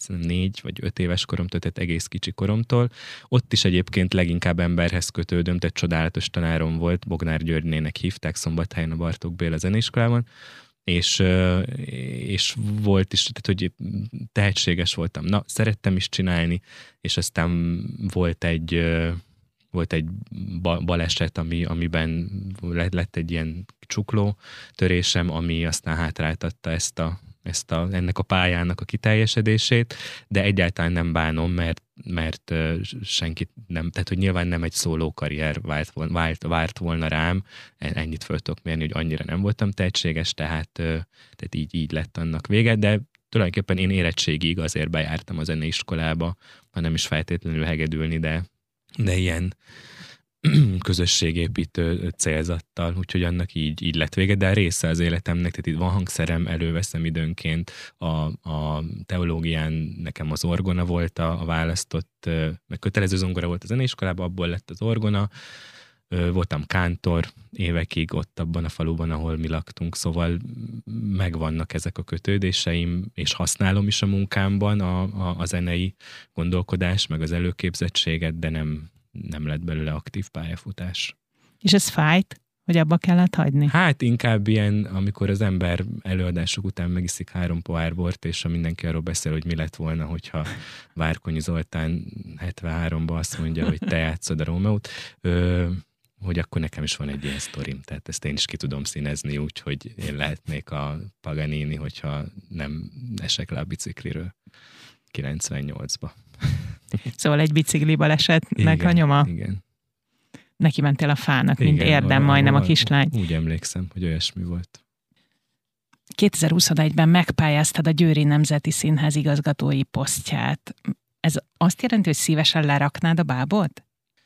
S2: 4 vagy 5 éves koromtól, tehát egész kicsi koromtól. Ott is egyébként leginkább emberhez kötődöm, tehát csodálatos tanárom volt, Bognár Györgynének hívták, Szombathelyen a Bartók Béla zeneiskolában, és volt is, tehát hogy tehetséges voltam. Szerettem is csinálni, és aztán volt egy baleset, amiben lett egy ilyen csukló törésem, ami aztán hátráltatta ennek a pályának a kiteljesedését, de egyáltalán nem bánom, mert senkit nem, tehát hogy nyilván nem egy szóló karrier várt volna rám, ennyit föl tudok mérni, hogy annyira nem voltam tehetséges, tehát így lett annak vége, de tulajdonképpen én érettségig azért bejártam a zeneiskolába, hanem is feltétlenül hegedülni, de ilyen közösségépítő célzattal, úgyhogy annak így lett vége, de a része az életemnek, tehát itt van hangszerem, előveszem időnként, a teológián nekem az orgona volt a választott, meg kötelező zongora volt a zeneiskolában, abból lett az orgona, voltam kántor évekig ott abban a faluban, ahol mi laktunk, szóval megvannak ezek a kötődéseim, és használom is a munkámban a zenei gondolkodás, meg az előképzettséget, de nem lett belőle aktív pályafutás.
S1: És ez fájt, hogy abba kellett hagyni?
S2: Hát inkább ilyen, amikor az ember előadások után megiszik 3 pohár bort, és mindenki arról beszél, hogy mi lett volna, hogyha Várkonyi Zoltán 73-ban azt mondja, hogy te játszod a Rómeót, hogy akkor nekem is van egy ilyen sztorim, tehát ezt én is ki tudom színezni úgy, hogy én lehetnék a Paganini, hogyha nem esek le a bicikliről 98-ba.
S1: Szóval egy bicikli balesetnek a nyoma?
S2: Igen.
S1: Neki mentél a fának, mint érdem majdnem a kislány.
S2: Úgy emlékszem, hogy olyasmi volt.
S1: 2021-ben megpályáztad a Győri Nemzeti Színház igazgatói posztját. Ez azt jelenti, hogy szívesen leraknád a bábot?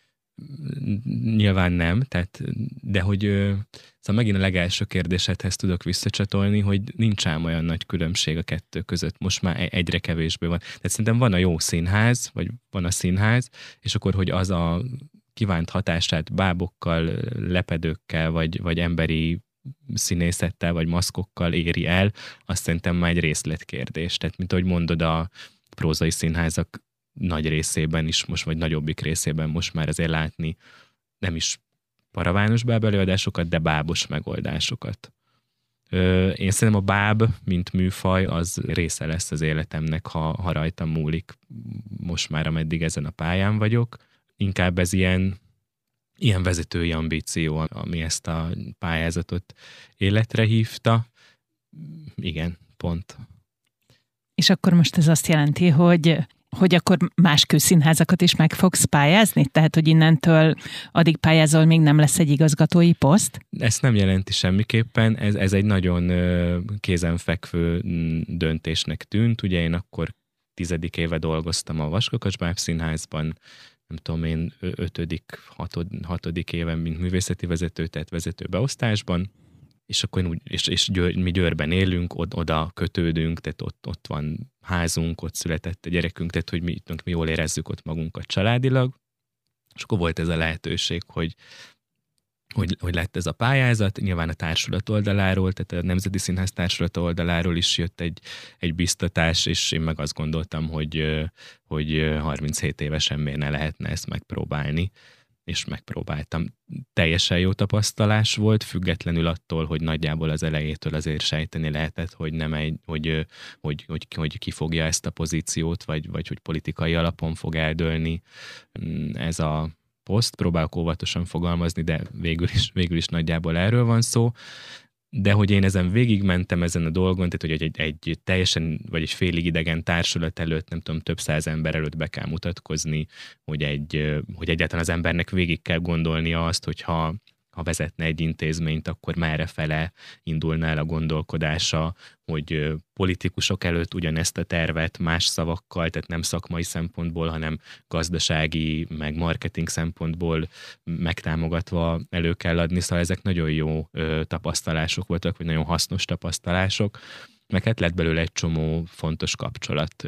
S2: Nyilván nem, de hogy szóval megint a legelső kérdésedhez tudok visszacsatolni, hogy nincs ám olyan nagy különbség a kettő között, most már egyre kevésbé van. Tehát szerintem van a jó színház, vagy van a színház, és akkor, hogy az a kívánt hatását bábokkal, lepedőkkel, vagy emberi színészettel, vagy maszkokkal éri el, azt szerintem már egy részletkérdés. Tehát, mint ahogy mondod, a prózai színházak nagy részében is most, vagy nagyobbik részében most már azért látni nem is paravános bábelőadásokat, de bábos megoldásokat. Én szerintem a báb, mint műfaj, az része lesz az életemnek, ha rajtam múlik. Most már ameddig ezen a pályán vagyok. Inkább ez ilyen vezetői ambíció, ami ezt a pályázatot életre hívta. Igen, pont.
S1: És akkor most ez azt jelenti, hogy akkor más kőszínházakat is meg fogsz pályázni? Tehát, hogy innentől addig pályázol, még nem lesz egy igazgatói poszt?
S2: Ezt nem jelenti semmiképpen, ez egy nagyon kézenfekvő döntésnek tűnt. Ugye én akkor 10. éve dolgoztam a Vaskakas Bábszínházban, nem tudom én, 5., 6. éven, mint művészeti vezető, tehát vezetőbeosztásban, és akkor mi Győrben élünk, oda kötődünk, tehát ott van házunk, ott született a gyerekünk, tehát hogy mi jól érezzük ott magunkat családilag, és akkor volt ez a lehetőség, hogy lett ez a pályázat, nyilván a társulat oldaláról, tehát a Nemzeti Színház társulat oldaláról is jött egy biztatás, és én meg azt gondoltam, hogy 37 évesen miért ne lehetne ezt megpróbálni, és megpróbáltam. Teljesen jó tapasztalás volt, függetlenül attól, hogy nagyjából az elejétől azért sejteni lehetett, hogy nem hogy ki fogja ezt a pozíciót, vagy hogy politikai alapon fog eldőlni ez a poszt. Próbálok óvatosan fogalmazni, de végül is nagyjából erről van szó. De hogy én ezen végigmentem ezen a dolgon, tehát hogy egy teljesen, vagy egy félig idegen társulat előtt, nem tudom, több száz ember előtt be kell mutatkozni, hogy egyáltalán az embernek végig kell gondolnia azt, hogyha vezetne egy intézményt, akkor merre fele indulna el a gondolkodása, hogy politikusok előtt ugyanezt a tervet más szavakkal, tehát nem szakmai szempontból, hanem gazdasági, meg marketing szempontból megtámogatva elő kell adni, szóval ezek nagyon jó tapasztalások voltak, vagy nagyon hasznos tapasztalások, meg hát lett belőle egy csomó fontos kapcsolat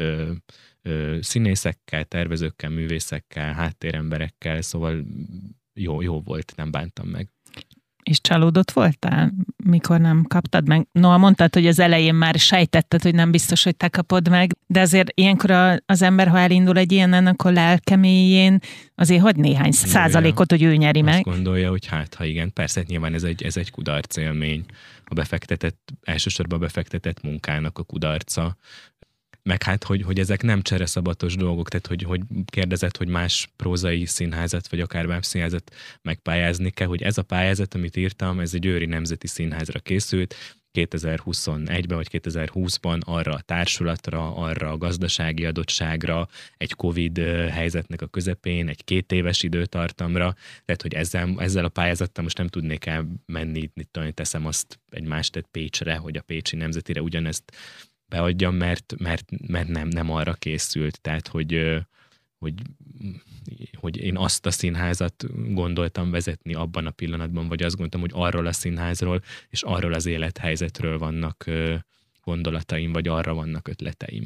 S2: színészekkel, tervezőkkel, művészekkel, háttéremberekkel, szóval jó volt, nem bántam meg.
S1: És csalódott voltál, mikor nem kaptad meg? Noha mondtad, hogy az elején már sejtetted, hogy nem biztos, hogy te kapod meg, de azért ilyenkor az ember, ha elindul egy ilyenen, akkor lelkeméjén azért hagy néhány százalékot, hogy ő nyeri meg.
S2: Azt gondolja, hogy ha igen, persze nyilván ez egy kudarc élmény. Elsősorban befektetett munkának a kudarca. Meg hát, hogy ezek nem csereszabatos dolgok, tehát hogy kérdezett, hogy más prózai színházat, vagy akár bábszínházat megpályázni kell, hogy ez a pályázat, amit írtam, ez egy Győri Nemzeti Színházra készült, 2021-ben vagy 2020-ban arra a társulatra, arra a gazdasági adottságra, egy Covid helyzetnek a közepén, egy 2 éves időtartamra, tehát hogy ezzel a pályázattal most nem tudnék elmenni, teszem azt egy más tett Pécsre, hogy a Pécsi Nemzetire ugyanezt beadjam, mert nem arra készült. Tehát, hogy én azt a színházat gondoltam vezetni abban a pillanatban, vagy azt gondoltam, hogy arról a színházról és arról az élethelyzetről vannak gondolataim, vagy arra vannak ötleteim.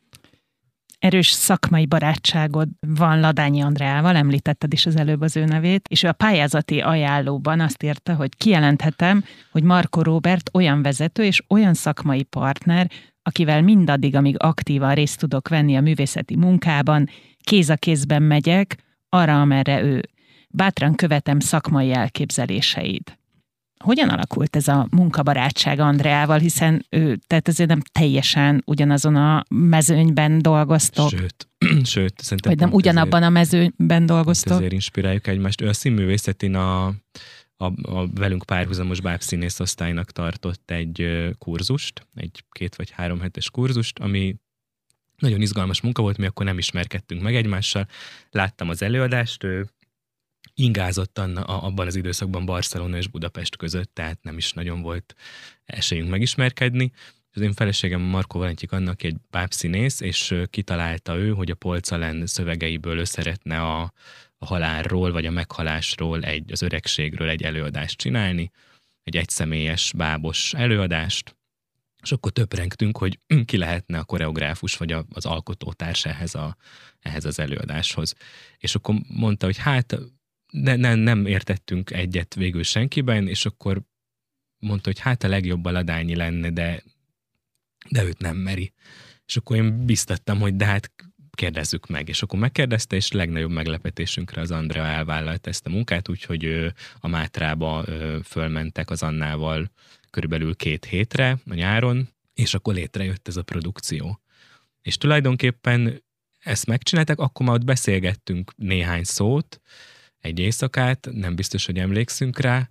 S1: Erős szakmai barátságod van Ladányi Andreával, említetted is az előbb az ő nevét, és ő a pályázati ajánlóban azt írta, hogy kijelenthetem, hogy Markó Róbert olyan vezető és olyan szakmai partner, akivel mindaddig, amíg aktívan részt tudok venni a művészeti munkában, kéz a kézben megyek, arra, amerre ő. Bátran követem szakmai elképzeléseit. Hogyan alakult ez a munkabarátság Andreával, hiszen ő, tehát azért nem teljesen ugyanazon a mezőnyben dolgoztok.
S2: Sőt, szerintem
S1: vagy nem ugyanabban a mezőnyben dolgoztok.
S2: Ezért inspiráljuk egymást. Ő a színművészetén a velünk párhuzamos bábszínész osztálynak tartott egy kurzust, egy 2 vagy 3 hetes kurzust, ami nagyon izgalmas munka volt, mi akkor nem ismerkedtünk meg egymással. Láttam az előadást, ő ingázott abban az időszakban Barcelona és Budapest között, tehát nem is nagyon volt esélyünk megismerkedni. Az én feleségem Markó Valentyik annak egy bábszínész, és kitalálta ő, hogy a Polcalen szövegeiből ő szeretne a halálról, vagy a meghalásról, az öregségről egy előadást csinálni, egy egyszemélyes bábos előadást, és akkor töprengtünk, hogy ki lehetne a koreográfus, vagy az alkotótárs ehhez az előadáshoz. És akkor mondta, hogy hát nem értettünk egyet végül senkiben, és akkor mondta, hogy hát a legjobb a Ladányi lenne, de őt nem meri. És akkor én biztattam, hogy de hát kérdezzük meg. És akkor megkérdezte, és legnagyobb meglepetésünkre az Andrea elvállalta ezt a munkát, úgyhogy a Mátrába fölmentek az Annával körülbelül 2 hétre a nyáron, és akkor létrejött ez a produkció. És tulajdonképpen ezt megcsinálták, akkor már ott beszélgettünk néhány szót, egy éjszakát, nem biztos, hogy emlékszünk rá,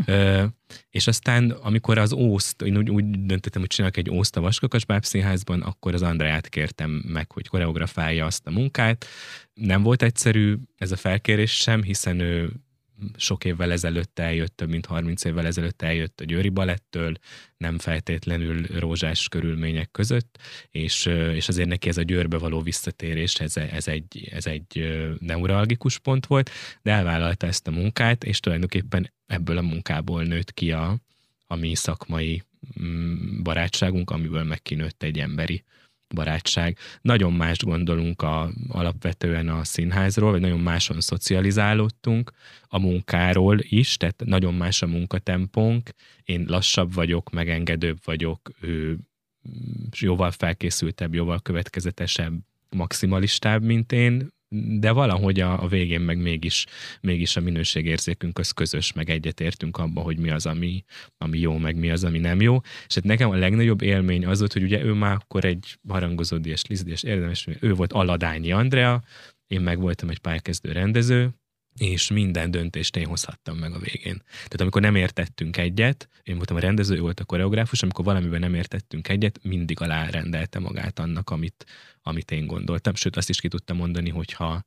S2: és aztán, amikor az Ószt, én úgy döntöttem, hogy csinálok egy Ószt a Vaskakas Bábszínházban, akkor az Andreát kértem meg, hogy koreografálja azt a munkát. Nem volt egyszerű ez a felkérés sem, hiszen ő sok évvel ezelőtt eljött, több mint 30 évvel ezelőtt eljött a Győri Balettől, nem feltétlenül rózsás körülmények között, és azért neki ez a Győrbe való visszatérés, ez egy neuralgikus pont volt, de elvállalta ezt a munkát, és tulajdonképpen ebből a munkából nőtt ki a mi szakmai barátságunk, amiből megkinőtt egy emberi barátság. Nagyon mást gondolunk alapvetően a színházról, vagy nagyon máson szocializálódtunk a munkáról is, tehát nagyon más a munkatempónk. Én lassabb vagyok, megengedőbb vagyok, ő jóval felkészültebb, jóval következetesebb, maximalistább, mint én, de valahogy a végén meg mégis a minőségérzékünk az közös, meg egyetértünk abban, hogy mi az, ami jó, meg mi az, ami nem jó. És hát nekem a legnagyobb élmény az volt, hogy ugye ő már akkor egy harangozódias, lisztdias érdemes, ő volt Aladányi Andrea, én meg voltam egy pályakezdő rendező, és minden döntést én hozhattam meg a végén. Tehát amikor nem értettünk egyet, én voltam a rendező, ő volt a koreográfus, amikor valamiben nem értettünk egyet, mindig alárendelte magát annak, amit én gondoltam. Sőt, azt is ki tudtam mondani, hogyha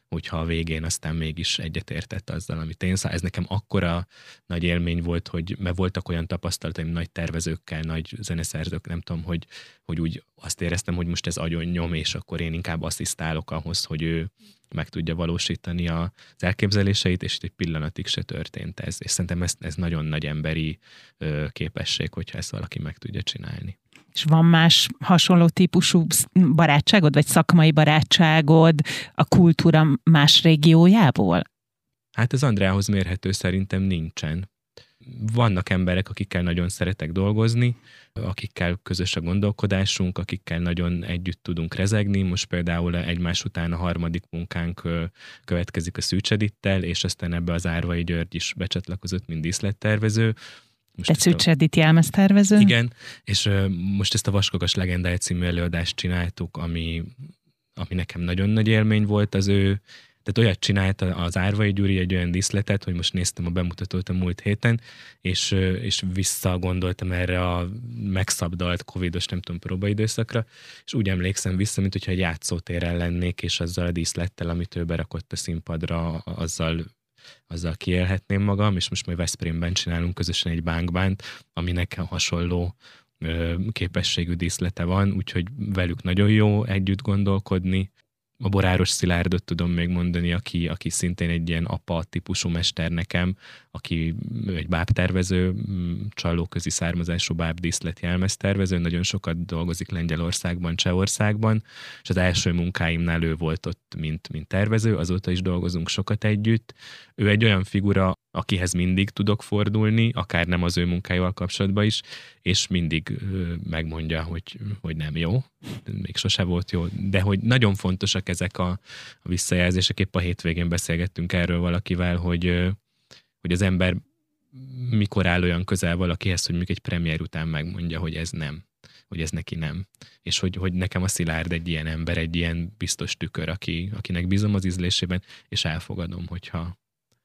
S2: a végén aztán mégis egyetértett azzal, amit én. Szóval ez nekem akkora nagy élmény volt, mert voltak olyan tapasztalataim nagy tervezőkkel, nagy zeneszerzők, nem tudom, hogy úgy azt éreztem, hogy most ez agyon nyom, és akkor én inkább asszisztálok ahhoz, hogy ő meg tudja valósítani az elképzeléseit, és itt egy pillanatig se történt ez. És szerintem ez nagyon nagy emberi képesség, hogyha ezt valaki meg tudja csinálni.
S1: És van más hasonló típusú barátságod, vagy szakmai barátságod a kultúra más régiójából?
S2: Hát az Andreához mérhető szerintem nincsen. Vannak emberek, akikkel nagyon szeretek dolgozni, akikkel közös a gondolkodásunk, akikkel nagyon együtt tudunk rezegni. Most például egymás után a harmadik munkánk következik a Szűcs Edittel, és aztán ebbe az Árvai György is becsatlakozott, mint díszlettervező.
S1: Te Szűcs Edit jelmeztervező?
S2: Igen, és most ezt a Vaskakas Legendája című előadást csináltuk, ami nekem nagyon nagy élmény volt az ő. Tehát olyat csinált az Árvai Gyuri, egy olyan díszletet, hogy most néztem a bemutatót a múlt héten, és visszagondoltam erre a megszabdalt covidos, nem tudom, próbaidőszakra, és úgy emlékszem vissza, mint hogyha egy játszótéren lennék, és azzal a díszlettel, amit ő berakott a színpadra, azzal kiélhetném magam, és most majd Veszprémben csinálunk közösen egy bánkbánt, aminek hasonló képességű díszlete van, úgyhogy velük nagyon jó együtt gondolkodni. A Boráros Szilárdot tudom még mondani, aki szintén egy ilyen apa típusú mester nekem, aki egy bábtervező, csallóközi származású bábdíszlet jelmeztervező, nagyon sokat dolgozik Lengyelországban, Csehországban, és az első munkáimnál ő volt ott, mint tervező, azóta is dolgozunk sokat együtt. Ő egy olyan figura, akihez mindig tudok fordulni, akár nem az ő munkájával kapcsolatban is, és mindig megmondja, hogy nem jó. Még sose volt jó, de hogy nagyon fontosak ezek a visszajelzések. Épp a hétvégén beszélgettünk erről valakivel, hogy az ember mikor áll olyan közel valakihez, hogy mondjuk egy premier után megmondja, hogy ez nem, hogy ez neki nem. És hogy nekem a Szilárd egy ilyen ember, egy ilyen biztos tükör, akinek bízom az ízlésében, és elfogadom, hogyha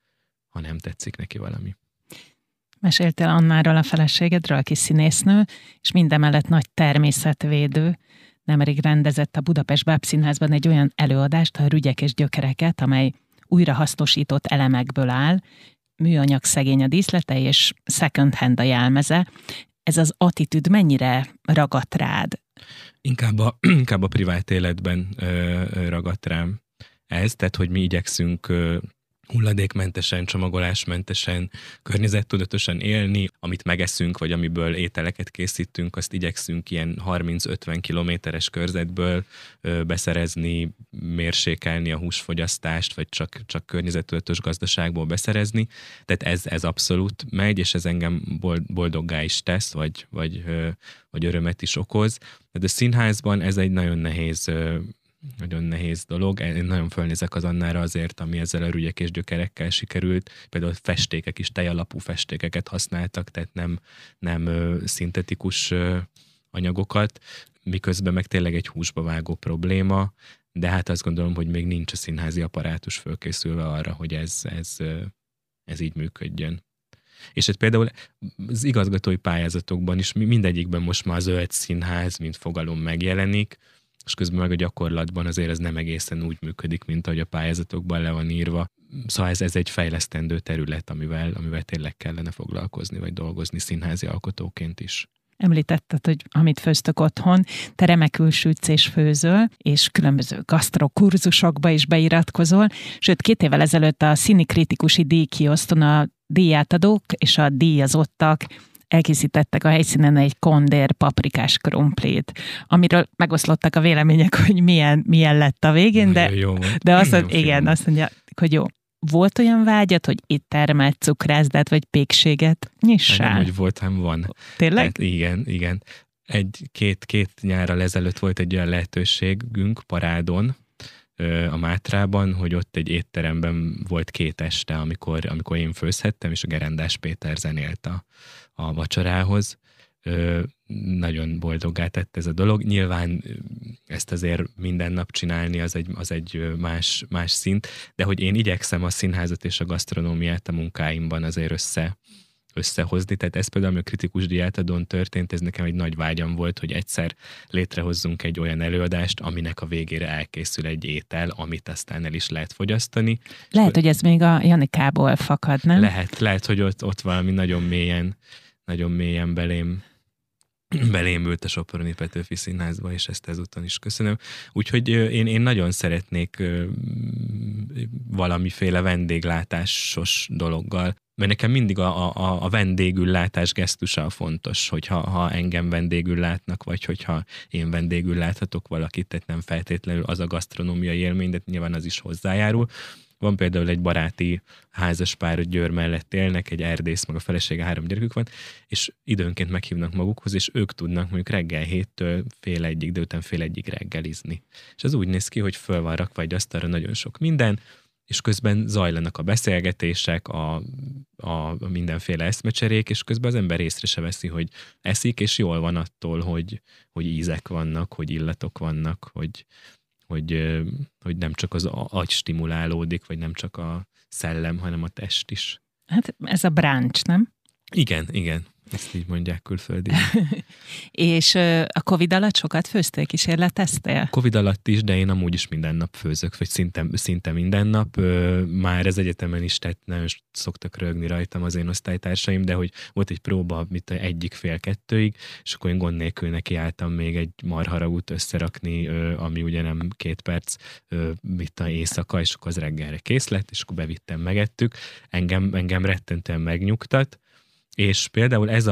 S2: nem tetszik neki valami.
S1: Meséltél Annáról, a feleségedről, aki színésznő, és mindemellett nagy természetvédő. Nemrég rendezett a Budapest Bábszínházban egy olyan előadást, a Rügyek és gyökereket, amely újrahasznosított elemekből áll, műanyag szegény a díszlete, és second hand a jelmeze. Ez az attitűd mennyire ragadt rád?
S2: Inkább a privát életben ragadt rám ez, tehát hogy mi igyekszünk hulladékmentesen, csomagolásmentesen, környezettudatosan élni, amit megeszünk, vagy amiből ételeket készítünk, azt igyekszünk ilyen 30-50 kilométeres körzetből beszerezni, mérsékelni a húsfogyasztást, vagy csak környezettudatos gazdaságból beszerezni. Tehát ez abszolút megy, és ez engem boldoggá is tesz, vagy örömet is okoz. De a színházban ez egy nagyon nehéz nagyon nehéz dolog. Én nagyon fölnézek az Annára azért, ami ezzel a Rügyek és gyökerekkel sikerült. Például festékek is, tejalapú festékeket használtak, tehát nem szintetikus anyagokat, miközben meg tényleg egy húsba vágó probléma, de hát azt gondolom, hogy még nincs a színházi apparátus fölkészülve arra, hogy ez így működjön. És ez például az igazgatói pályázatokban is mindegyikben most már a zöld színház, mint fogalom megjelenik, és közben meg a gyakorlatban azért ez nem egészen úgy működik, mint ahogy a pályázatokban le van írva. Szóval ez egy fejlesztendő terület, amivel tényleg kellene foglalkozni, vagy dolgozni színházi alkotóként is.
S1: Említetted, hogy amit főztök otthon, te remekül sütsz és főzöl, és különböző gasztrokurzusokba is beiratkozol, sőt 2 évvel ezelőtt a színikritikusi díjkioszton a díjátadók és a díjazottak elkészítettek a helyszínen egy kondér paprikás krumplét, amiről megoszlottak a vélemények, hogy milyen lett a végén, de azt mondja, hogy jó. Volt olyan vágyad, hogy itt termelt cukrászdát vagy pékséget nyissál?
S2: Nem, hogy volt, hanem van.
S1: Tényleg?
S2: Hát igen. Két nyárral ezelőtt volt egy olyan lehetőségünk Parádon, a Mátrában, hogy ott egy étteremben volt 2 este, amikor én főzhettem, és a Gerendás Péter zenélt a vacsorához. Nagyon boldoggá tett ez a dolog. Nyilván ezt azért minden nap csinálni, az egy más szint, de hogy én igyekszem a színházat és a gasztronómiát a munkáimban azért összehozni. Tehát ez például, ami a kritikus díjátadón történt, ez nekem egy nagy vágyam volt, hogy egyszer létrehozzunk egy olyan előadást, aminek a végére elkészül egy étel, amit aztán el is lehet fogyasztani.
S1: Lehet, hogy ez még a Janikából fakad, nem?
S2: Lehet, hogy ott valami nagyon mélyen belém ült a Soproni Petőfi Színházba, és ezt ezúton is köszönöm. Úgyhogy én nagyon szeretnék valamiféle vendéglátásos dologgal, mert nekem mindig a vendégül látás gesztusa fontos, hogyha engem vendégül látnak, vagy hogyha én vendégül láthatok valakit, tehát nem feltétlenül az a gasztronómiai élmény, de nyilván az is hozzájárul. Van például egy baráti házaspár, Győr mellett élnek, egy erdész, meg a felesége, 3 gyerekük van, és időnként meghívnak magukhoz, és ők tudnak mondjuk reggel 7-től fél 1-ig, délután fél 1-ig reggelizni. És az úgy néz ki, hogy föl van rakva egy asztalra nagyon sok minden, és közben zajlanak a beszélgetések, a mindenféle eszmecserék, és közben az ember észre se veszi, hogy eszik, és jól van attól, hogy ízek vannak, hogy illatok vannak, hogy nem csak az agy stimulálódik, vagy nem csak a szellem, hanem a test is.
S1: Hát ez a brunch, nem?
S2: Igen. Ezt így mondják külföldi.
S1: És a Covid alatt sokat főztél, kísérleteztél?
S2: Covid alatt is, de én amúgy is minden nap főzök, vagy szinte minden nap. Már az egyetemen is, tehát nagyon szoktak rögni rajtam az én osztálytársaim, de hogy volt egy próba, mint 1-fél 2-ig, és akkor én gond nélkül nekiálltam még egy marharagút összerakni, ami ugye nem 2 perc, éjszaka, és akkor az reggelre kész lett, és akkor bevittem, megettük. Engem rettentően megnyugtat. És például ez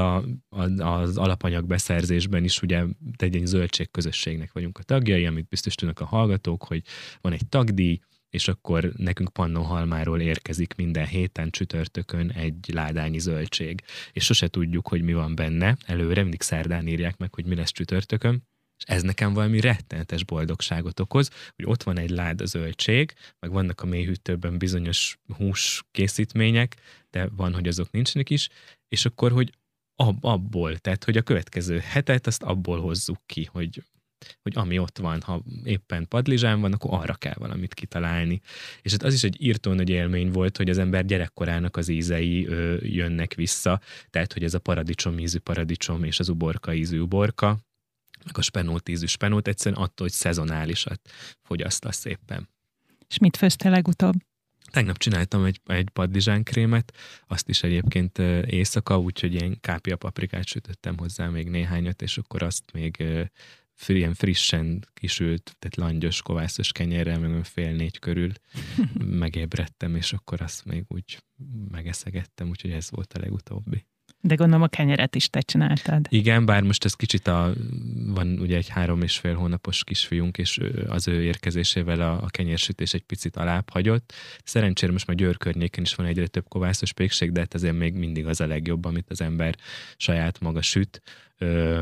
S2: az alapanyag beszerzésben is ugye egy zöldségközösségnek vagyunk a tagjai, amit biztos tudnak a hallgatók, hogy van egy tagdíj, és akkor nekünk Pannonhalmáról érkezik minden héten csütörtökön egy ládányi zöldség. És sose tudjuk, hogy mi van benne. Előre mindig szerdán írják meg, hogy mi lesz csütörtökön. És ez nekem valami rettenetes boldogságot okoz, hogy ott van egy láda zöldség, meg vannak a mélyhűtőben bizonyos húskészítmények, de van, hogy azok nincsenek is, és akkor, hogy abból, tehát, hogy a következő hetet azt abból hozzuk ki, hogy ami ott van, ha éppen padlizsán van, akkor arra kell valamit kitalálni. És hát az is egy írtó nagy élmény volt, hogy az ember gyerekkorának az ízei jönnek vissza, tehát, hogy ez a paradicsom ízű paradicsom és az uborka ízű uborka, meg a spenót ízű spenót, egyszerűen attól, hogy szezonálisat fogyasztasz éppen.
S1: És mit főztél legutóbb?
S2: Tegnap csináltam egy padlizsánkrémet, azt is egyébként éjszaka, úgyhogy én kápia paprikát sütöttem hozzá még néhányat, és akkor azt még ilyen frissen kisült, tehát langyos, kovászos kenyérrel, meg 3:30 körül megébredtem, és akkor azt még úgy megeszegettem, úgyhogy ez volt a legutóbbi.
S1: De gondolom a kenyeret is te csináltad.
S2: Igen, bár most ez kicsit van ugye egy 3,5 hónapos kisfiunk, és az ő érkezésével a kenyérsütés egy picit alább hagyott. Szerencsére most már Győr környéken is van egyre több kovászos pékség, de hát azért még mindig az a legjobb, amit az ember saját maga süt.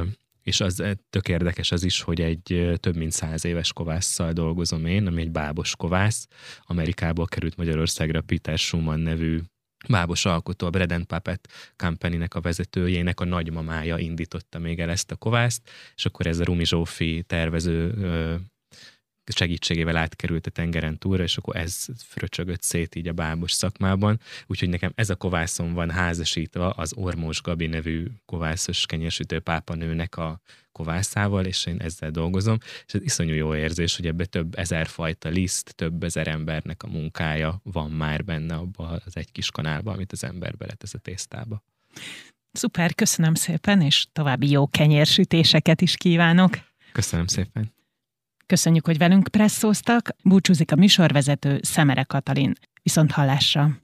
S2: És az tök érdekes az is, hogy egy több mint 100 éves kovásszal dolgozom én, ami egy bábos kovász. Amerikából került Magyarországra Peter Schumann nevű bábos alkotó, a Bread and Puppet Company-nek a vezetőjének a nagymamája indította még el ezt a kovászt, és akkor ez a Rumi Zsófi tervező segítségével átkerült a tengeren túlra, és akkor ez fröcsögött szét így a bábos szakmában. Úgyhogy nekem ez a kovászom van házasítva az Ormós Gabi nevű kovászos kenyérsütő pápanőnek a kovászával, és én ezzel dolgozom, és ez iszonyú jó érzés, hogy ebbe több ezer fajta liszt, több ezer embernek a munkája van már benne abban az egy kis kanálban, amit az ember beletesz a tésztába.
S1: Szuper, köszönöm szépen, és további jó kenyérsütéseket is kívánok.
S2: Köszönöm szépen.
S1: Köszönjük, hogy velünk presszóztak. Búcsúzik a műsorvezető, Szemere Katalin. Viszont hallásra!